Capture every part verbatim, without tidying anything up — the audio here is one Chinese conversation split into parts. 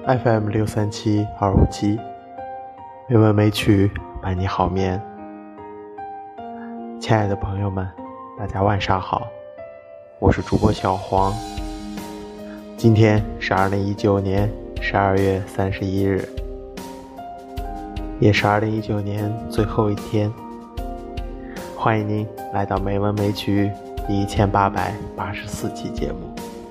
F M 六三七二五七，美文美曲伴你好眠。亲爱的朋友们，大家晚上好，我是主播小黄。今天是二零一九年十二月三十一日，也是二零一九年最后一天。欢迎您来到美文美曲第一千八百八十四期节目。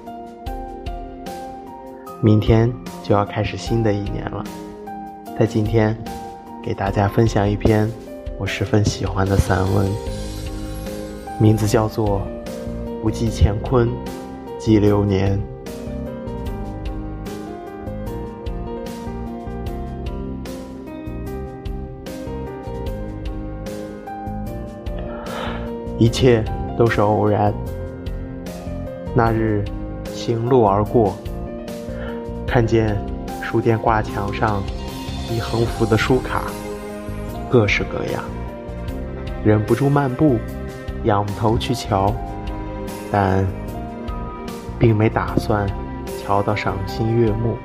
明天就要开始新的一年了，在今天给大家分享一篇我十分喜欢的散文，名字叫做《不计乾坤计流年》。一切都是偶然。那日行路而过，看见书店挂墙上一横幅的书卡，各式各样，忍不住漫步，仰头去瞧，但并没打算瞧到赏心悦目。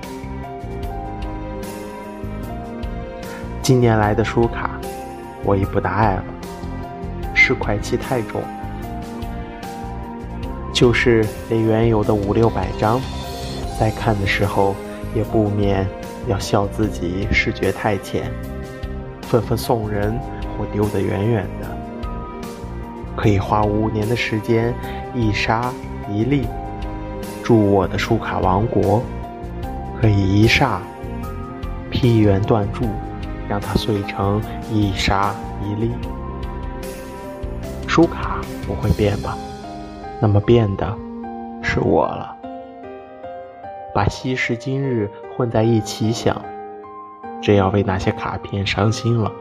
近年来的书卡，我已不大爱了，市侩气太重，就是那原有的五六百张，在看的时候也不免要笑自己视觉太浅，纷纷送人或丢得远远的。可以花五年的时间一沙一粒助我的书卡王国，可以一煞劈圆断柱，让它碎成一沙一粒。书卡不会变吧？那么变的是我了。把昔时今日混在一起想，只要为那些卡片伤心了。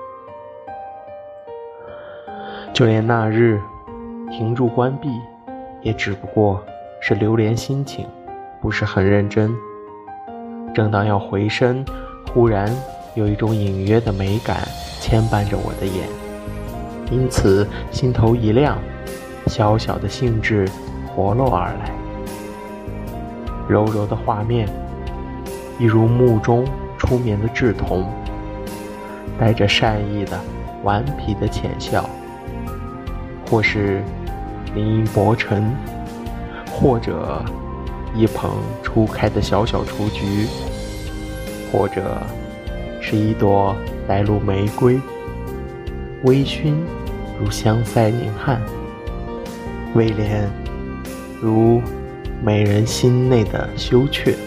就连那日停住关闭，也只不过是流连心情，不是很认真。正当要回身，忽然有一种隐约的美感牵绊着我的眼，因此心头一亮，小小的兴致活络而来。柔柔的画面，一如墓中出眠的稚童，带着善意的顽皮的浅笑，或是林荫薄尘，或者一捧初开的小小雏菊，或者是一朵带露玫瑰，微醺如香腮凝汗，味敛如美人心内的羞怯。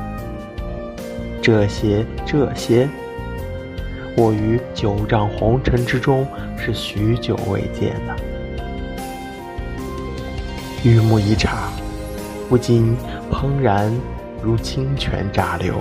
这些这些我于九丈红尘之中是许久未见的。玉目一察，不禁怦然如清泉乍流。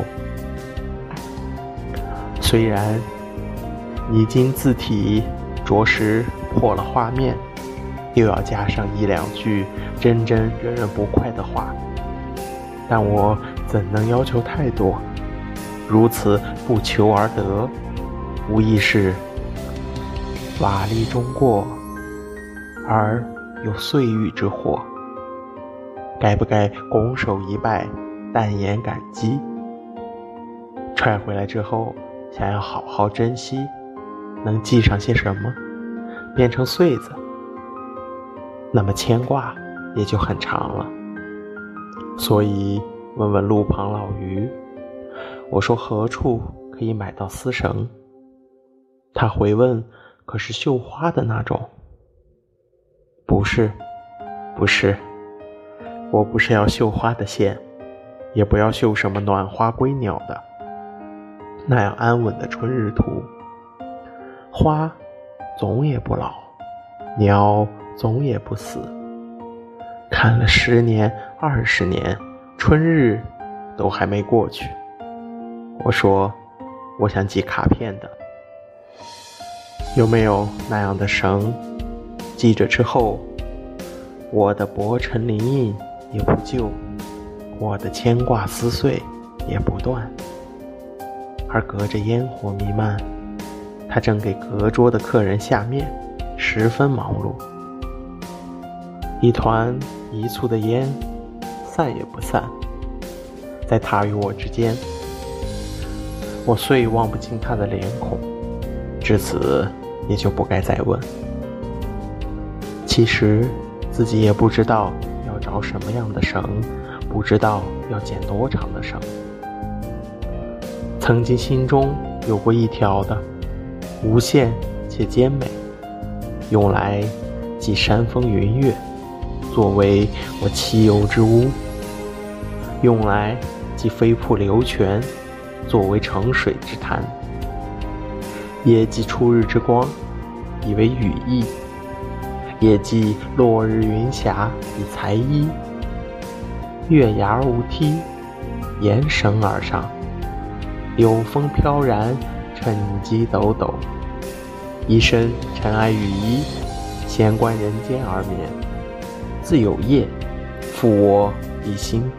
虽然拟金字体着实破了画面，又要加上一两句真真惹人不快的话，但我怎能要求太多？如此不求而得，无疑是瓦砾中过，而有岁月之祸。该不该拱手一拜，淡言感激？揣回来之后，想要好好珍惜，能记上些什么？变成穗子，那么牵挂也就很长了。所以问问路旁老渔，我说何处可以买到丝绳？他回问，可是绣花的那种？不是，不是，我不是要绣花的线，也不要绣什么暖花归鸟的，那样安稳的春日图。花总也不老，鸟总也不死，看了十年二十年，春日都还没过去。我说我想寄卡片的，有没有那样的绳？寄着之后，我的薄尘鳞印也不旧，我的牵挂撕碎也不断。而隔着烟火弥漫，他正给隔桌的客人下面，十分忙碌。一团一簇的烟，散也不散，在他与我之间我遂望不清他的脸孔，至此也就不该再问。其实自己也不知道要找什么样的绳，不知道要剪多长的绳。曾经心中有过一条的，无限且坚美，用来系山峰云岳，作为我栖游之屋；用来系飞瀑流泉，作为盛水之潭；也系初日之光，以为羽翼；也系落日云霞，以才衣。月牙无梯，沿绳而上，有风飘然，趁机抖抖。一身尘埃雨衣，闲观人间而眠。自有夜，负我以心背。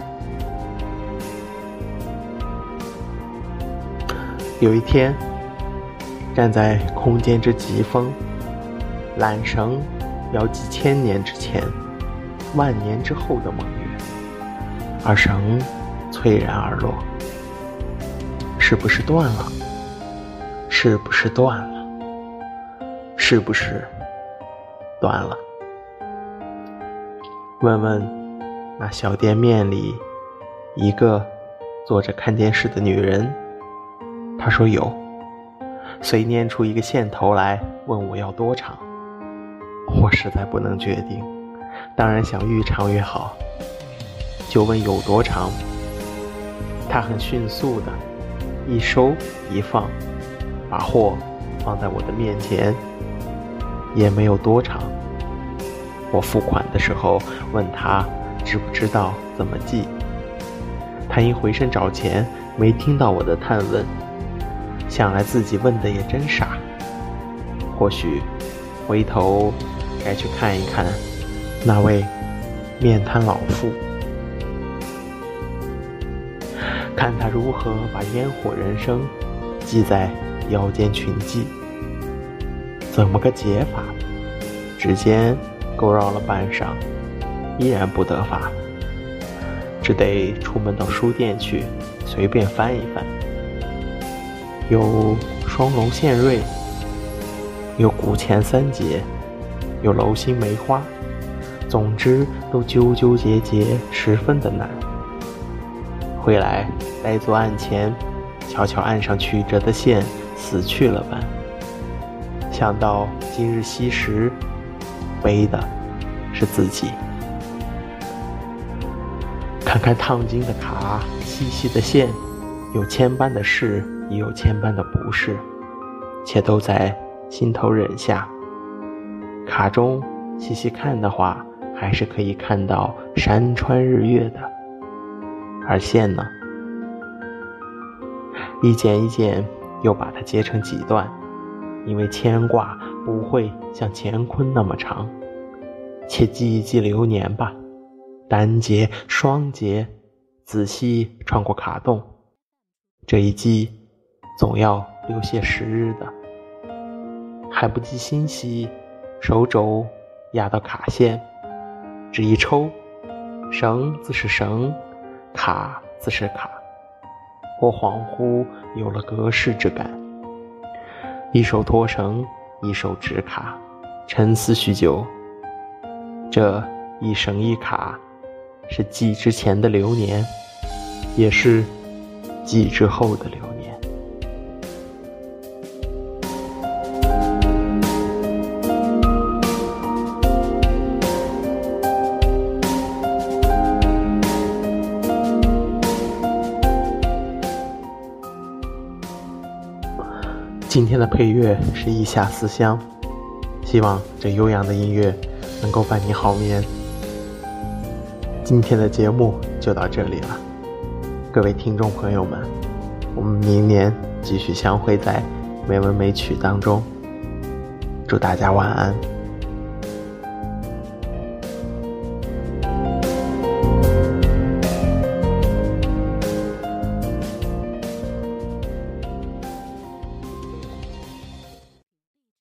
有一天，站在空间之极峰，缆绳遥寄千年之前，万年之后的梦月，而绳猝然而落。是不是断了？是不是断了？是不是断了？问问那小店面里一个坐着看电视的女人，她说有，遂拈出一个线头来问我要多长。我实在不能决定，当然想越长越好，就问有多长。她很迅速的一收一放，把货放在我的面前，也没有多长。我付款的时候问他知不知道怎么记，他因回身找钱，没听到我的探问，想来自己问的也真傻。或许回头该去看一看那位面瘫老妇，看他如何把烟火人生系在腰间群系。怎么个解法？指尖勾绕了半晌，依然不得法，只得出门到书店去随便翻一翻。有双龙献瑞，有古钱三节，有楼心梅花，总之都纠纠结结，十分的难。回来呆坐案前，瞧瞧案上曲折的线死去了般，想到今日惜时，背的是自己。看看烫金的卡，细细的线，有千般的是，也有千般的不是，且都在心头忍下。卡中细细看的话，还是可以看到山川日月的。而线呢，一剪一剪，又把它截成几段，因为牵挂不会像乾坤那么长。且记一记流年吧，单节双节，仔细穿过卡洞，这一记总要留些时日的。还不记心息，手肘压到卡线，只一抽，绳自是绳，卡自是卡，我恍惚有了隔世之感。一手拖绳，一手指卡，沉思许久。这一绳一卡，是记之前的流年，也是记之后的流年。今天的配乐是一下思乡，希望这悠扬的音乐能够伴你好眠。今天的节目就到这里了，各位听众朋友们，我们明年继续相会在美文美曲当中，祝大家晚安。